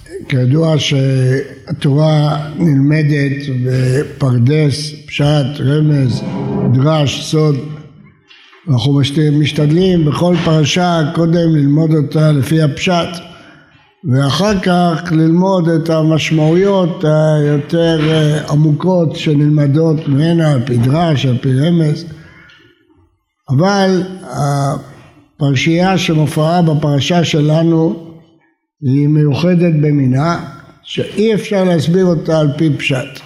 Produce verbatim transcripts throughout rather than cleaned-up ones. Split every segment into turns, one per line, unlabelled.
כידוע שהתורה נלמדת בפרדס, פשט, רמז, דרש, סוד. אנחנו משתדלים בכל פרשה קודם ללמוד אותה לפי הפשט, ואחר כך ללמוד את המשמעויות היותר עמוקות שנלמדות ממנה על פי דרש, על פי רמז. אבל הפרשייה שמופיעה בפרשה שלנו היא מיוחדת במינה, שאי אפשר להסביר אותה על פי פשט.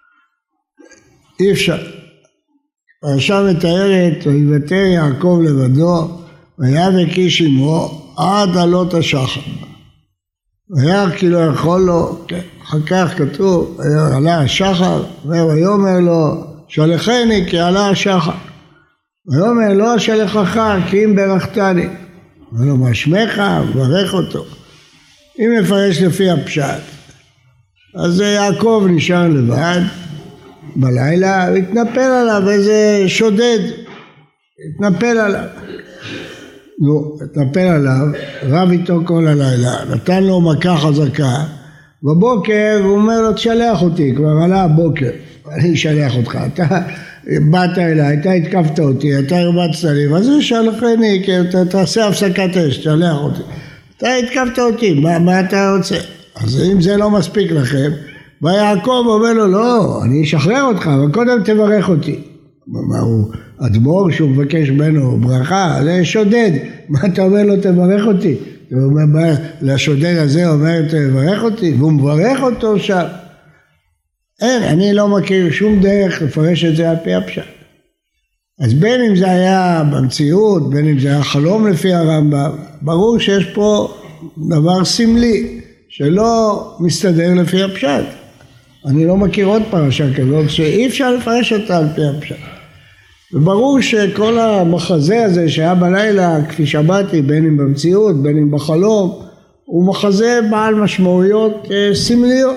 אי אפשר. פרשה מתארת, ויוותר יעקב לבדו, ויאבק איש עמו עד עלות השחר. וירא כי לא יכול לו, אחר כך כתוב, עלה השחר, ויאמר לו, שלחני כי עלה השחר. ויאמר לא אשלחך כי אם ברכתני. אמר לו, מה שמך? וברך אותו. אם נפרש לפי הפשט, אז יעקב נשאר לבד, בלילה, והתנפל עליו איזה שודד, התנפל עליו. נו, התנפל עליו, רב איתו כל הלילה, נתן לו מכה חזקה, בבוקר הוא אומר לו, תשלח אותי, כבר עלה הבוקר, אני אשלח אותך, אתה באת אליי, אתה התקפת אותי, אתה הרבצת לי, אז הוא שלחני, כי אתה תעשה הפסקת אש, תשלח אותי. אתה התקפת אותי, מה, מה אתה רוצה? אז אם זה לא מספיק לכם, ויעקב אומר לו, לא, אני אשחרר אותך, אבל קודם תברך אותי. מה הוא, אדמו"ר שהוא מבקש ממנו ברכה, זה שודד, מה אתה אומר לו, תברך אותי? הוא אומר, לשודד הזה אומר, תברך אותי, והוא מברך אותו שם. אין, אני לא מכיר שום דרך לפרש את זה על פי הפשט. אז בין אם זה היה במציאות, בין אם זה היה חלום לפי הרמב"ם, ברור שיש פה דבר סמלי, שלא מסתדר לפי הפשט. אני לא מכיר עוד פרשה כזאת, שאי אפשר לפרש אותה על פי הפשט. וברור שכל המחזה הזה שהיה בלילה, כפי שאמרתי, בין אם במציאות, בין אם בחלום, הוא מחזה בעל משמעויות סמליות.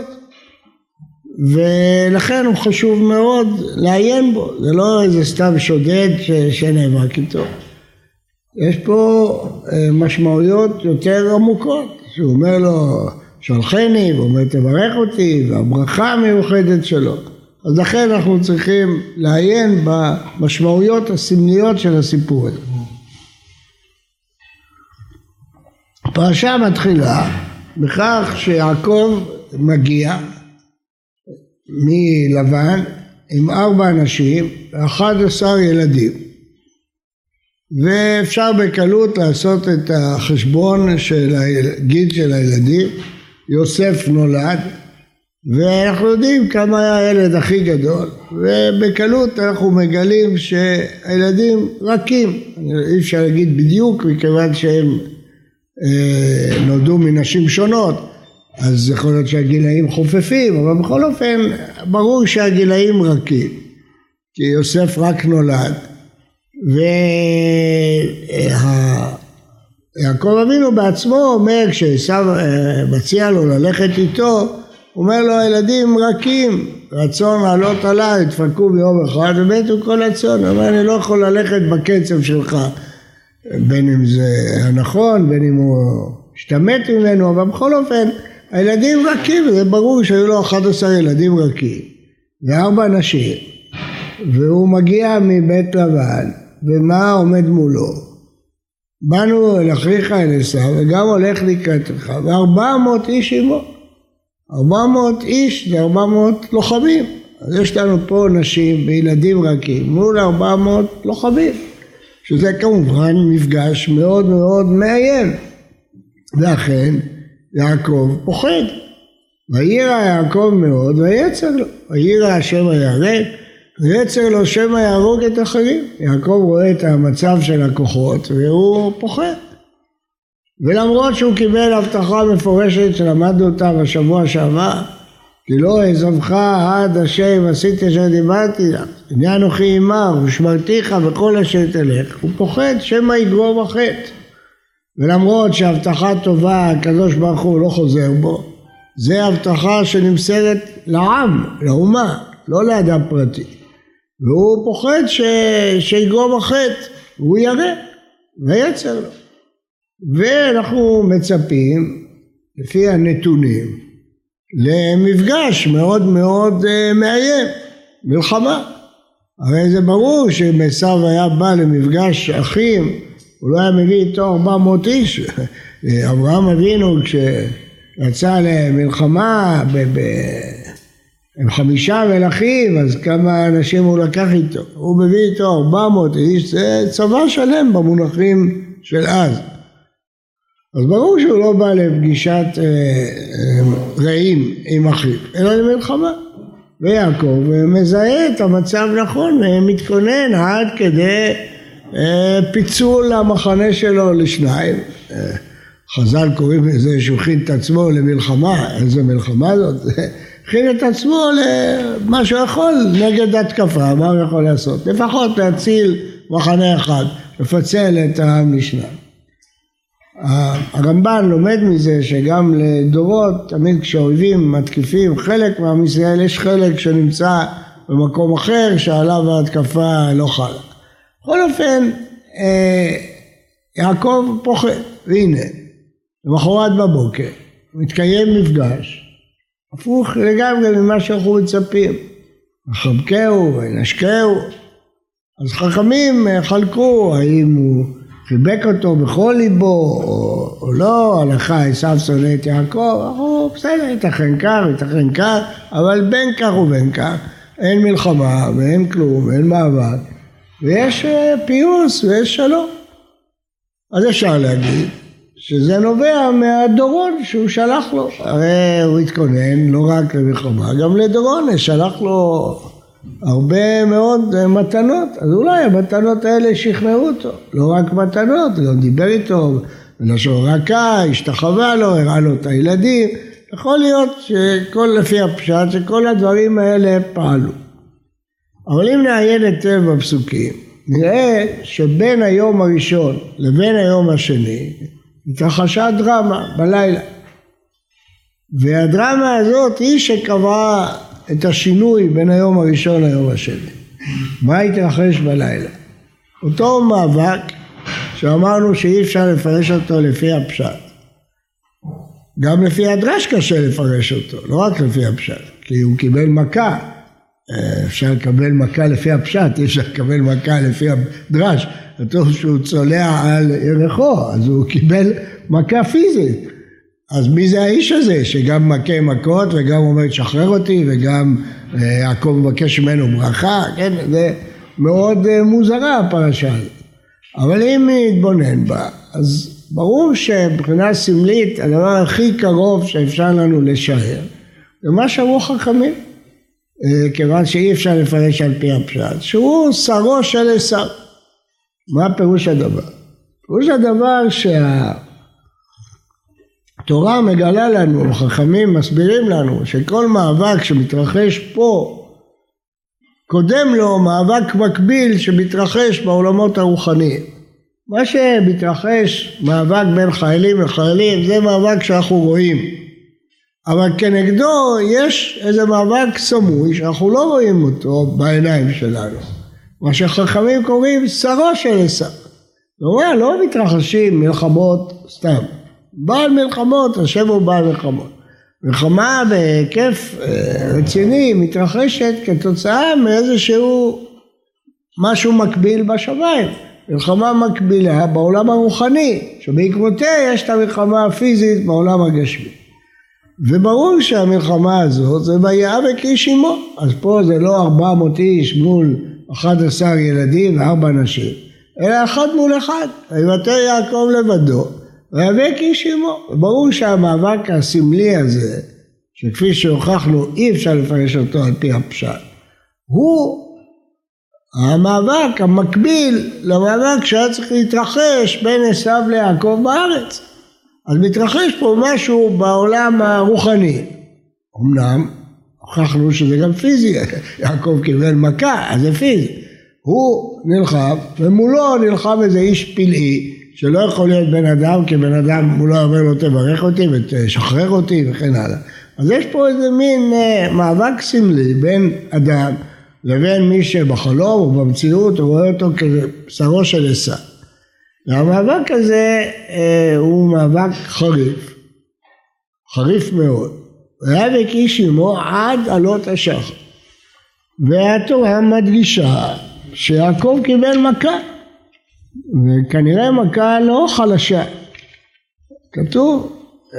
ולכן הוא חשוב מאוד לעיין בו, זה לא איזה סתם שודד שנאבק איתו. יש פה משמעויות יותר עמוקות, שהוא אומר לו שלחני, והוא אומר תברך אותי, והברכה המיוחדת שלו. אז לכן אנחנו צריכים לעיין במשמעויות הסמליות של הסיפור הזה. הפרשה מתחילה בכך שיעקב מגיע מלבן עם ארבע אנשים ואחד עשר ילדים, ואפשר בקלות לעשות את החשבון של הגיל של הילדים. יוסף נולד ואנחנו יודעים כמה היה הילד הכי גדול, ובקלות אנחנו מגלים שהילדים רכים, אי אפשר להגיד בדיוק מכיוון שהם אה, נולדו מנשים שונות, אז יכול להיות שהגילאים חופפים, אבל בכל אופן ברור שהגילאים רכים, כי יוסף רק נולד, ויעקב אבינו בעצמו אומר, כשעשיו מציע לו ללכת איתו, הוא אומר לו, הילדים רכים, רצון לעלות עליי, התפרקו ביום אחד ומתו כל הצאן. הוא אומר, אני לא יכול ללכת בקצב שלך, בין אם זה נכון, בין אם הוא השתמט ממנו, אבל בכל אופן, הילדים רכים, זה ברור שהיו לו אחד עשר ילדים רכים, וארבע נשים, והוא מגיע מבית לבן, ומה עומד מולו? באנו אל אחיך אל עשיו, וגם הולך לקראתך, וארבע מאות איש עמו. ארבע מאות איש זה ארבע מאות לוחמים. אז יש לנו פה נשים וילדים רכים, מול ארבע מאות לוחמים, שזה כמובן מפגש מאוד מאוד מאיים. ואכן, יעקב פוחד. וירא יעקב מאוד ויצר לו. וירא השם הירק, ויצר לו שם יהרוג את אחרים. יעקב רואה את המצב של הכוחות והוא פוחד. ולמרות שהוא קיבל הבטחה מפורשת שלמדנו אותה בשבוע שעבר, כי לא אעזבך עד אשר עשיתי אשר דיברתי לך, הנה אנוכי עמך ושמרתיך בכל אשר תלך, הוא פוחד שמא יגרום החטא. ולמרות שהבטחה טובה הקדוש ברוך הוא לא חוזר בו, זה הבטחה שנמסרת לעם, לאומה, לא לאדם פרטי, והוא פוחד ש... שיגרום החטא, והוא ירא ויצר לו. ואנחנו מצפים לפי הנתונים, למפגש מאוד מאוד מאיים, מלחמה. הרי זה ברור שאם עשיו היה בא למפגש אחים, הוא לא היה מביא איתו ארבע מאות איש. אברהם אבינו כשיצא למלחמה ב- ב- עם חמישה מלכים, אז כמה אנשים הוא לקח איתו? הוא מביא איתו ארבע מאות איש, זה צבא שלם במונחים של אז. אז ברור שהוא לא בא לפגישת אה, אה, רעים עם אחיו, אלא למלחמה. ויעקב מזהה את המצב נכון ומתכונן עד כדי אה, פיצול המחנה שלו לשניים. אה, חז"ל קוראים לזה שהוא הכין את עצמו למלחמה. איזה מלחמה זאת? הכין את עצמו למה שהוא יכול נגד התקפה. מה הוא יכול לעשות? לפחות להציל מחנה אחד, לפצל את העם לשניים. הרמב"ן לומד מזה שגם לדורות, תמיד כשאויבים מתקיפים חלק מעם ישראל, יש חלק שנמצא במקום אחר שעליו ההתקפה לא חלה. בכל אופן, יעקב פוחד, והנה, למחרת בבוקר, מתקיים מפגש, הפוך לגמרי ממה שאנחנו מצפים. נחבקהו ונשקהו. אז חכמים חלקו, האם הוא חיבק אותו בכל ליבו או, או לא, הלכה עשיו שונא את יעקב, אנחנו בסדר, ייתכן כך, ייתכן כך, אבל בין כך ובין כך, אין מלחמה ואין כלום, אין מאבק, ויש פיוס ויש שלום. אז אפשר להגיד שזה נובע מהדורון שהוא שלח לו, הרי הוא התכונן לא רק למלחמה, גם לדורון, שלח לו הרבה מאוד מתנות, אז אולי המתנות האלה שכנעו אותו, לא רק מתנות, גם דיבר איתו, ולשון רכה, השתחווה לו, הראה לו את הילדים, יכול להיות שכל לפי הפשט, שכל הדברים האלה פעלו. אבל אם נעיין היטב בפסוקים, נראה שבין היום הראשון לבין היום השני, התרחשה דרמה בלילה. והדרמה הזאת היא שקבעה את השינוי בין היום הראשון ליום השני. מה התרחש בלילה? אותו מאבק שאמרנו שאי אפשר לפרש אותו לפי הפשט. גם לפי הדרש קשה לפרש אותו, לא רק לפי הפשט, כי הוא קיבל מכה. אפשר לקבל מכה לפי הפשט, אי אפשר לקבל מכה לפי הדרש. כתוב שהוא צולע על ירחו, אז הוא קיבל מכה פיזית. אז מי זה האיש הזה שגם מכה מכות וגם אומר שחרר אותי וגם יעקב מבקש ממנו ברכה, כן? זה מאוד מוזרה הפרשה הזאת. אבל אם נתבונן בה, אז ברור שבחינה סמלית הדבר הכי קרוב שאפשר לנו לשער זה מה שאמרו חכמים, כיוון שאי אפשר לפרש על פי הפשט, שהוא שרו של עשיו. מה פירוש הדבר? פירוש הדבר שה... התורה מגלה לנו, החכמים מסבירים לנו, שכל מאבק שמתרחש פה, קודם לו מאבק מקביל שמתרחש בעולמות הרוחניים. מה שמתרחש, מאבק בין חיילים לחיילים, זה מאבק שאנחנו רואים. אבל כנגדו יש איזה מאבק סמוי, שאנחנו לא רואים אותו בעיניים שלנו. מה שחכמים קוראים שרו של עשיו. זאת אומרת, לא מתרחשים מלחמות סתם. בעל מלחמות, השם הוא בעל מלחמות. מלחמה בהיקף רציני מתרחשת כתוצאה מאיזשהו משהו מקביל בשמיים. מלחמה מקבילה בעולם הרוחני, שבעקבותיה יש את המלחמה הפיזית בעולם הגשמי. וברור שהמלחמה הזאת זה ויהי כאיש עמו. אז פה זה לא ארבע מאות איש מול אחד עשר ילדים וארבע נשים, אלא אחד מול אחד. ויוותר יעקב לבדו. ויהי כאיש עמו. ברור שהמאבק הסמלי הזה, שכפי שהוכחנו אי אפשר לפרש אותו על פי הפשט, הוא המאבק המקביל למאבק שהיה צריך להתרחש בין עשיו ליעקב בארץ. אז מתרחש פה משהו בעולם הרוחני. אמנם הוכחנו שזה גם פיזי, יעקב קיבל מכה, אז זה פיזי. הוא נלחם, ומולו נלחם איזה איש פלאי, שלא יכול להיות בן אדם, כי בן אדם מולו אומר לו תברך אותי ותשחרר אותי וכן הלאה. אז יש פה איזה מין מאבק סמלי בין אדם לבין מי שבחלום או במציאות הוא רואה אותו כשרו של עשיו. והמאבק הזה אה, הוא מאבק חריף, חריף מאוד. ויאבק איש עמו עד עלות השחר. והתורה מדגישה שיעקב קיבל מכה, וכנראה מכה לא חלשה. כתוב,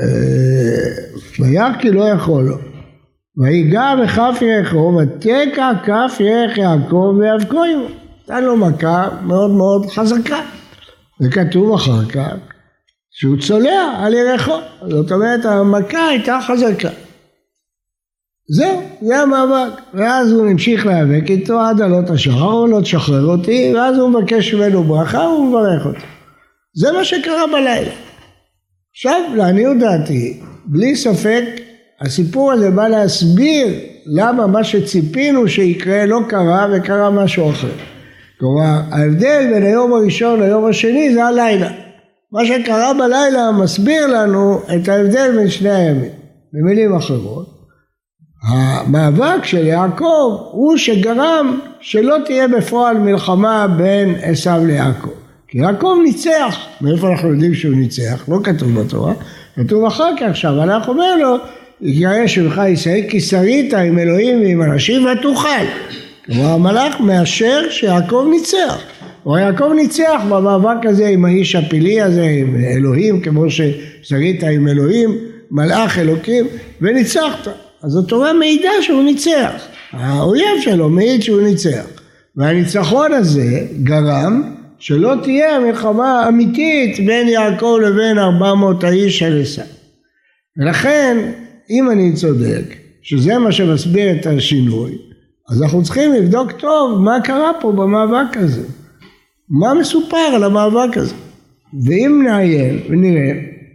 וירא כי לא יכול לו. ויגע בכף ירחו ותקע כף ירח יעקב ויאבקו עמו. נתן לו מכה מאוד מאוד חזקה. וכתוב אחר כך שהוא צולע על ירחו. זאת אומרת המכה הייתה חזקה. זהו, זה המאבק. ואז הוא המשיך להיאבק איתו עד עלות השחר, הוא לא תשחרר אותי, ואז הוא מבקש ממנו ברכה, הוא מברך אותי. זה מה שקרה בלילה. עכשיו, לעניות דעתי, בלי ספק, הסיפור הזה בא להסביר למה מה שציפינו שיקרה לא קרה וקרה משהו אחר. כלומר, ההבדל בין היום הראשון ליום השני זה הלילה. מה שקרה בלילה מסביר לנו את ההבדל בין שני הימים. במילים אחרות, המאבק של יעקב הוא שגרם שלא תהיה בפועל מלחמה בין עשיו ליעקב. כי יעקב ניצח. מאיפה אנחנו יודעים שהוא ניצח? לא כתוב בתורה. כתוב אחר כך עכשיו, אנחנו אומר לו, יקרא שמך ישראל כי שרית עם אלוהים ועם אנשים ותוכל. כלומר המלאך מאשר שיעקב ניצח. או יעקב ניצח במאבק הזה עם האיש הפילי הזה, עם אלוהים, כמו ששרית עם אלוהים, מלאך אלוקים, וניצחת. אז התורה מעידה שהוא ניצח. האויב שלו מעיד שהוא ניצח. והניצחון הזה גרם שלא תהיה מלחמה אמיתית בין יעקב לבין ארבע מאות האיש של עשיו. ולכן, אם אני צודק, שזה מה שמסביר את השינוי, אז אנחנו צריכים לבדוק טוב מה קרה פה במאבק הזה. מה מסופר על המאבק הזה. ואם נעיין ונראה,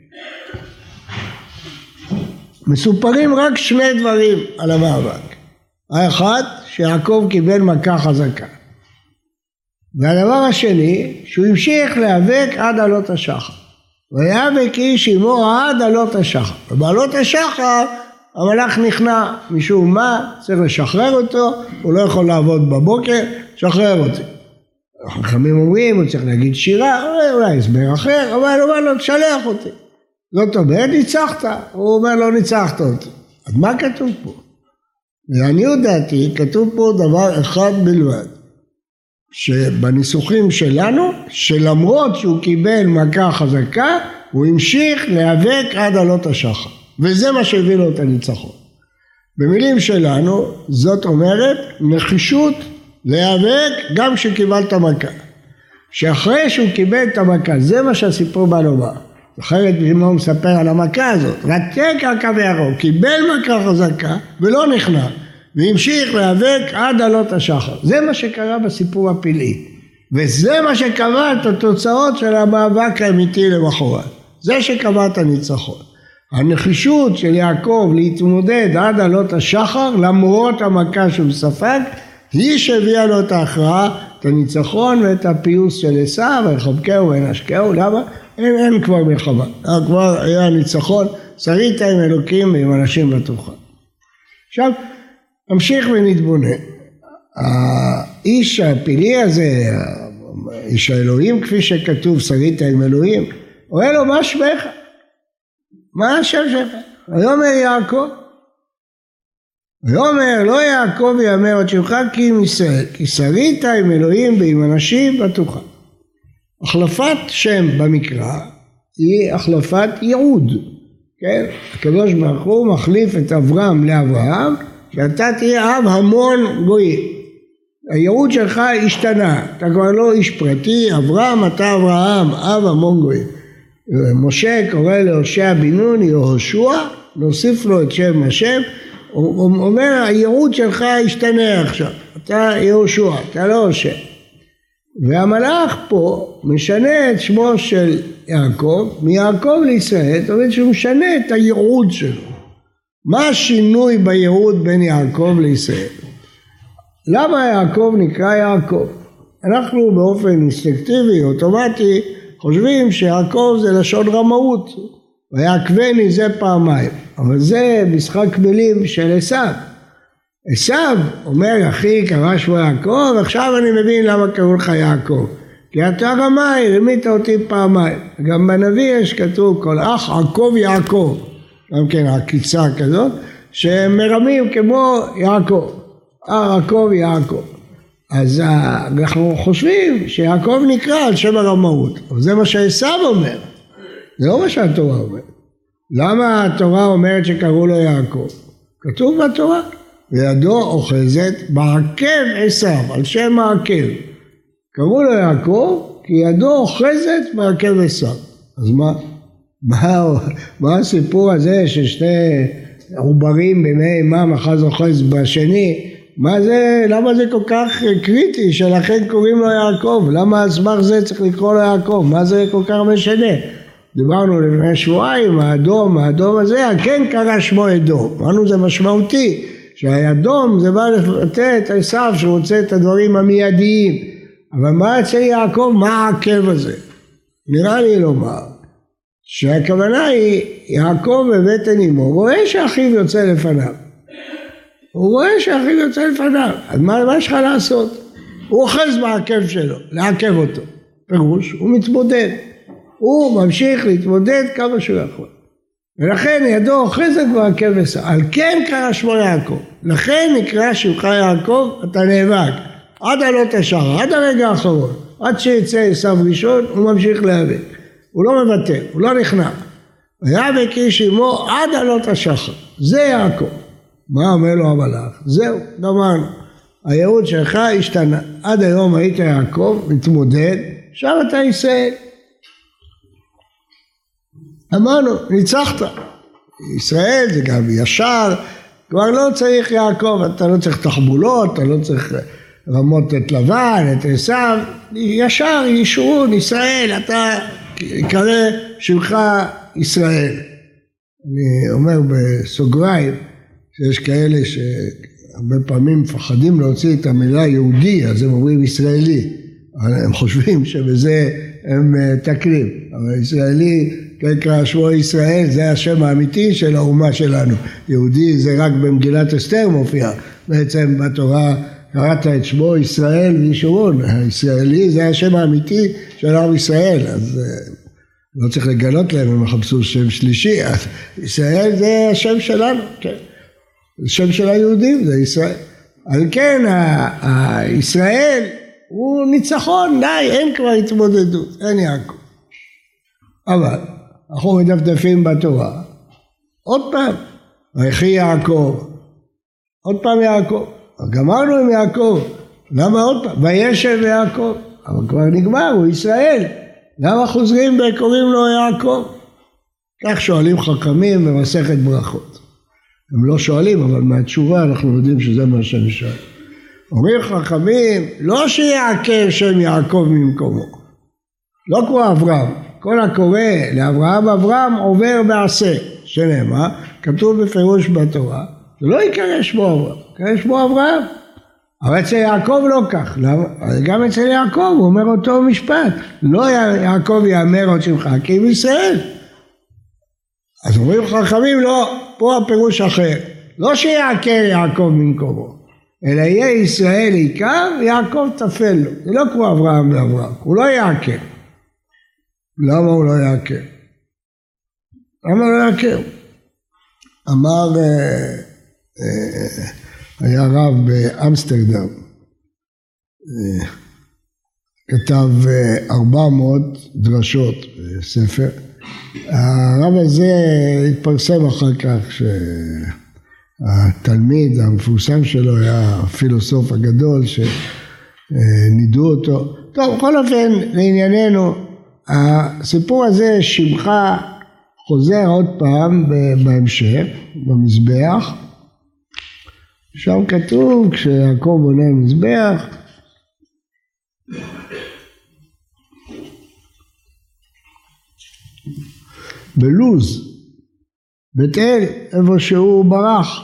מסופרים רק שני דברים על המאבק. האחד, שיעקב קיבל מכה חזקה. והדבר השני, שהוא המשיך להיאבק עד עלות השחר. ויאבק איש עמו עד עלות השחר. ובעלות השחר המלאך נכנע, משום מה צריך לשחרר אותו, הוא לא יכול לעבוד בבוקר, שחרר אותי. החכמים אומרים, הוא צריך להגיד שירה, אולי הסבר אחר, אבל הוא אומר לו, תשלח אותי. זאת אומרת, ניצחת, הוא אומר לו, ניצחת אותי. אז מה כתוב פה? לעניות דעתי, כתוב פה דבר אחד בלבד, שבניסוחים שלנו, שלמרות שהוא קיבל מכה חזקה, הוא המשיך להיאבק עד עלות השחר. וזה מה שהביא לו את הניצחון. במילים שלנו, זאת אומרת, נחישות להיאבק גם כשקיבלת מכה. שאחרי שהוא קיבל את המכה, זה מה שהסיפור בא לומר. אחרת אם הוא מספר על המכה הזאת, רתק על קו ירוק, קיבל מכה חזקה ולא נכנע, והמשיך להיאבק עד עלות השחר. זה מה שקרה בסיפור הפלאי. וזה מה שקבע את התוצאות של המאבק האמיתי למחרת. זה שקבע את הניצחון. הנחישות של יעקב להתמודד עד עלות השחר, למרות המכה שהוא ספג, היא שהביאה לו את ההכרעה, את הניצחון ואת הפיוס של עשיו, ויחבקהו וינשקהו. למה? אין, אין כבר מלחמה. כבר היה ניצחון, שרית עם אלוקים ועם אנשים בתוכה. עכשיו, נמשיך ונתבונן. האיש הפילי הזה, איש האלוהים, כפי שכתוב, שרית עם אלוהים, הוא אומר לו, מה שמך? מה השם שלך? ויאמר יעקב. ויאמר לא יעקב יאמר את שמך כי עם ישראל, כי שרית עם אלוהים ועם אנשים בתוכה. החלפת שם במקרא היא החלפת ייעוד. כן? הקדוש ברוך הוא מחליף את אברהם לאברהם, שאתה תהיה אב המון גויים. הייעוד שלך השתנה, אתה כבר לא איש פרטי, אברהם אתה אברהם, אב המון גויים. משה קורא להושע בן נון יהושע, נוסיף לו את שם השם, הוא אומר הייעוד שלך השתנה עכשיו, אתה יהושע, אתה לא הושע. והמלאך פה משנה את שמו של יעקב, מיעקב לישראל, זאת אומרת שהוא משנה את הייעוד שלו. מה השינוי בייעוד בין יעקב לישראל? למה יעקב נקרא יעקב? אנחנו באופן אינסטינקטיבי, אוטומטי, חושבים שיעקב זה לשון רמאות, ויעקבני זה פעמיים, אבל זה משחק מילים של עשיו. עשיו אומר, אחי קרא שמו יעקב, עכשיו אני מבין למה קראו לך יעקב. כי אתה רמאי, רימית אותי פעמיים. גם בנביא יש כתוב, כל אח עקב יעקב. גם כן עקיצה כזאת, שהם מרמים כמו יעקב, יעקב יעקב. אז אנחנו חושבים שיעקב נקרא על שם הרמאות, אבל זה מה שעשיו אומר, זה לא מה שהתורה אומרת. למה התורה אומרת שקראו לו יעקב? כתוב בתורה, וידו אוחזת בעקב עשיו, על שם העקב. קראו לו יעקב, כי ידו אוחזת בעקב עשיו. אז מה, מה, מה הסיפור הזה ששתי עוברים בימי אמם אחז אוחז בשני? מה זה, למה זה כל כך קריטי שלכן קוראים לו יעקב? למה על סמך זה צריך לקרוא לו יעקב? מה זה כל כך משנה? דיברנו לפני שבועיים, האדום, האדום הזה, כן קרא שמו אדום. אמרנו זה משמעותי, שהאדום זה בא לבטא את עשיו שרוצה את הדברים המיידיים. אבל מה אצל יעקב? מה העקב הזה? נראה לי לומר, שהכוונה היא, יעקב בבטן אמו, רואה שאחיו יוצא לפניו. הוא רואה שאחיו יוצא לפניו, אז מה, מה יש לך לעשות? הוא אוחז בעקב שלו, לעקב אותו. פירוש, הוא מתמודד. הוא ממשיך להתמודד כמה שהוא יכול. ולכן ידו אוחזת בעקב עשיו. על כן קרא שמו יעקב. לכן נקרא שמך יעקב, אתה נאבק. עד עלות השחר, עד הרגע האחרון. עד שיצא עשיו ראשון, הוא ממשיך להיאבק. הוא לא מבטל, הוא לא נכנע. ויאבק איש עמו עד עלות השחר. זה יעקב. מה אומר לו המלאך? זהו, גמרנו. הייעוד שלך השתנה. עד היום היית יעקב, מתמודד, עכשיו אתה ישראל. אמרנו, ניצחת. ישראל זה גם ישר, כבר לא צריך יעקב, אתה לא צריך תחבולות, אתה לא צריך רמות את לבן, את עשיו, ישר ישורון, ישראל, אתה קרא שמך ישראל. אני אומר בסוגריים, שיש כאלה שהרבה פעמים מפחדים להוציא את המילה יהודי, אז הם אומרים ישראלי, הם חושבים שבזה הם תקלים, אבל ישראלי, כן קרא שמו ישראל, זה השם האמיתי של האומה שלנו. יהודי זה רק במגילת אסתר מופיע, בעצם בתורה קראת את שמו ישראל וישורון, הישראלי זה השם האמיתי של עם ישראל, אז לא צריך לגלות להם, הם מחפשו שם שלישי, אז ישראל זה השם שלנו, כן. השם של היהודים זה ישראל. על כן הישראל הוא ניצחון, די, אין כבר התמודדות, אין יעקב. אבל אנחנו מדפדפים בתורה, עוד פעם, ויחי יעקב, עוד פעם יעקב, גמרנו עם יעקב, למה עוד פעם? וישב יעקב, אבל כבר נגמר, הוא ישראל, למה חוזרים וקוראים לו יעקב? כך שואלים חכמים במסכת ברכות. הם לא שואלים, אבל מהתשובה אנחנו יודעים שזה מה שאני שואל. אומרים חכמים, לא שיעקב שם יעקב ממקומו, לא כמו אברהם, כל הקורא לאברהם אברהם עובר בעשה, שנאמר, כתוב בפירוש בתורה, זה לא יקרא שמו אברהם, יקרא שמו אברהם, אבל אצל יעקב לא כך, גם אצל יעקב הוא אומר אותו משפט, לא יעקב יאמר עוד שמך, כי עם ישראל. אז אומרים חכמים, לא, פה הפירוש אחר, לא שיעקר יעקב ממקומו, אלא יהיה ישראל עיקר ויעקב תפל לו, זה לא כמו אברהם לאברהם, הוא לא יעקר. למה הוא לא יעקר? למה הוא לא יעקר? אמר, אה, אה, היה רב באמסטרדם, אה, כתב ארבע מאות דרשות בספר, הרב הזה התפרסם אחר כך שהתלמיד המפורסם שלו היה הפילוסוף הגדול שנידו אותו. טוב, בכל אופן לענייננו, הסיפור הזה שמך חוזר עוד פעם בהמשך, במזבח, שם כתוב כשיעקב בונה מזבח, בלוז, בית אל, איפה שהוא ברח.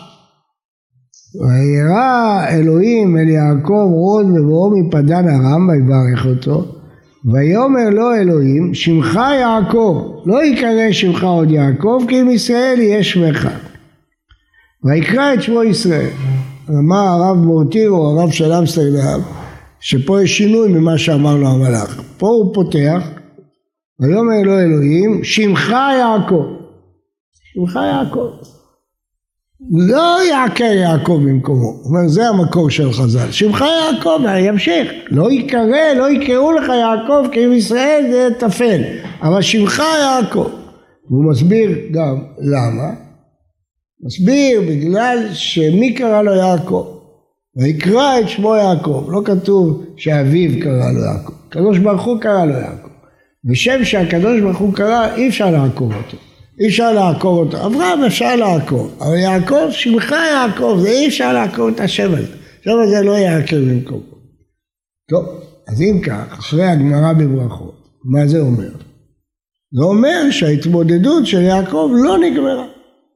וירא אלוהים אל יעקב רון ובואו מפדן ארם, ויברך אותו, ויאמר לו אלוהים, שמך יעקב, לא יקרא שמך עוד יעקב, כי עם ישראל יהיה שמך. ויקרא את שמו ישראל. אמר הרב מורטירו, הרב של אמסטרדם, שפה יש שינוי ממה שאמר לו המלאך. פה הוא פותח, ויאמר לו אלוהים, שמך יעקב. שמך יעקב. לא יעקר יעקב במקומו, הוא אומר זה המקור של חז"ל, שמך יעקב, ימשיך, לא יקרא, לא יקראו לך יעקב, כי ישראל זה תפל, אבל שמך יעקב. והוא מסביר גם למה, מסביר בגלל שמי קרא לו יעקב, ויקרא את שמו יעקב, לא כתוב שאביו קרא לו יעקב, הקדוש ברוך הוא קרא לו יעקב, ושם שהקדוש ברוך הוא קרא אי אפשר לעקוב אותו. אי אפשר לעקור אותו, אברהם אפשר לעקור, אבל יעקב, שמך יעקב, זה אי אפשר לעקור את השם הזה, השם הזה לא יעקב במקום. טוב, אז אם כך, אחרי הגמרא בברכות, מה זה אומר? זה אומר שההתמודדות של יעקב לא נגמרה.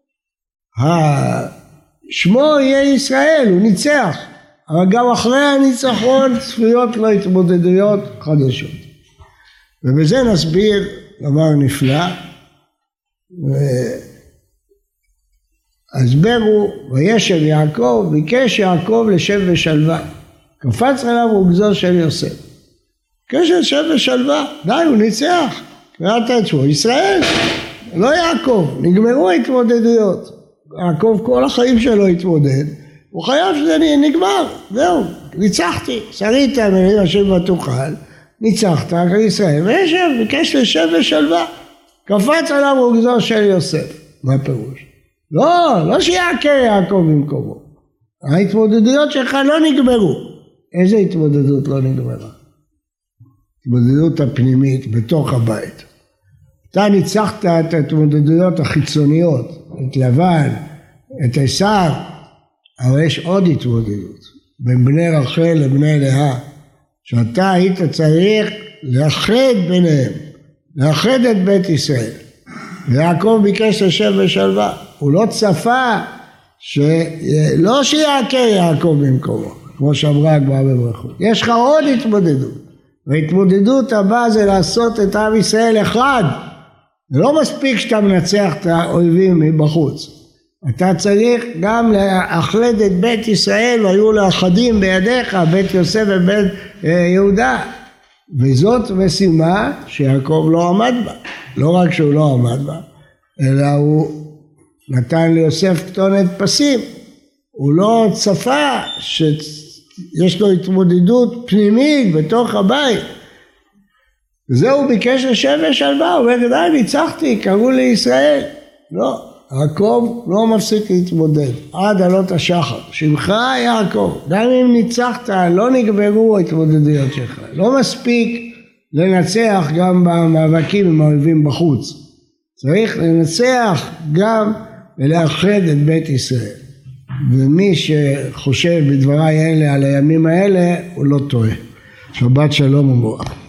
שמו יהיה ישראל, הוא ניצח, אבל גם אחרי הניצחון צפויות לו התמודדויות חדשות. ובזה נסביר דבר נפלא, הסבר הוא, וישב יעקב, ביקש יעקב לשב ושלווה, קפץ עליו וגזור של יוסף, ביקש לשב ושלווה, די הוא ניצח, קראת את שמו ישראל, לא יעקב, נגמרו ההתמודדויות, יעקב כל החיים שלו התמודד, הוא חייב שזה נגמר, זהו, ניצחתי, שרית מרים השם ותוכל, ניצחת ישראל, וישב, ביקש לשב ושלווה, קפץ עליו וגזור של יוסף. מה הפירוש? לא, לא שיעקר יעקב במקומו. ההתמודדויות שלך לא נגמרו. איזה התמודדות לא נגמרה? התמודדות הפנימית בתוך הבית. אתה ניצחת את ההתמודדויות החיצוניות, את לבן, את עשיו, אבל יש עוד התמודדות. בין בני רחל לבני לאה, שאתה היית צריך לאחד ביניהם. לאחד את בית ישראל. ויעקב ביקש לשב בשלווה. הוא לא צפה, לא שיעקר יעקב במקומו, כמו שאמרה הגמרא בברכות. יש לך עוד התמודדות. וההתמודדות הבאה זה לעשות את עם ישראל אחד. זה לא מספיק שאתה מנצח את האויבים מבחוץ. אתה צריך גם לאחד את בית ישראל, והיו לאחדים בידיך, בית יוסף ובית יהודה. וזאת משימה שיעקב לא עמד בה. לא רק שהוא לא עמד בה, אלא הוא נתן ליוסף כתונת פסים. הוא לא צפה שיש לו התמודדות פנימית בתוך הבית. וזהו ביקש לשב ושלווה, הוא אומר, די, ניצחתי, קראו לי ישראל. לא, יעקב לא מפסיק להתמודד, עד עלות השחר. שמך יעקב, גם אם ניצחת, לא נגמרו ההתמודדויות שלך. לא מספיק לנצח גם במאבקים עם האויבים בחוץ. צריך לנצח גם ולאחד את בית ישראל. ומי שחושב בדבריי אלה על הימים האלה, הוא לא טועה. שבת שלום ומבורך.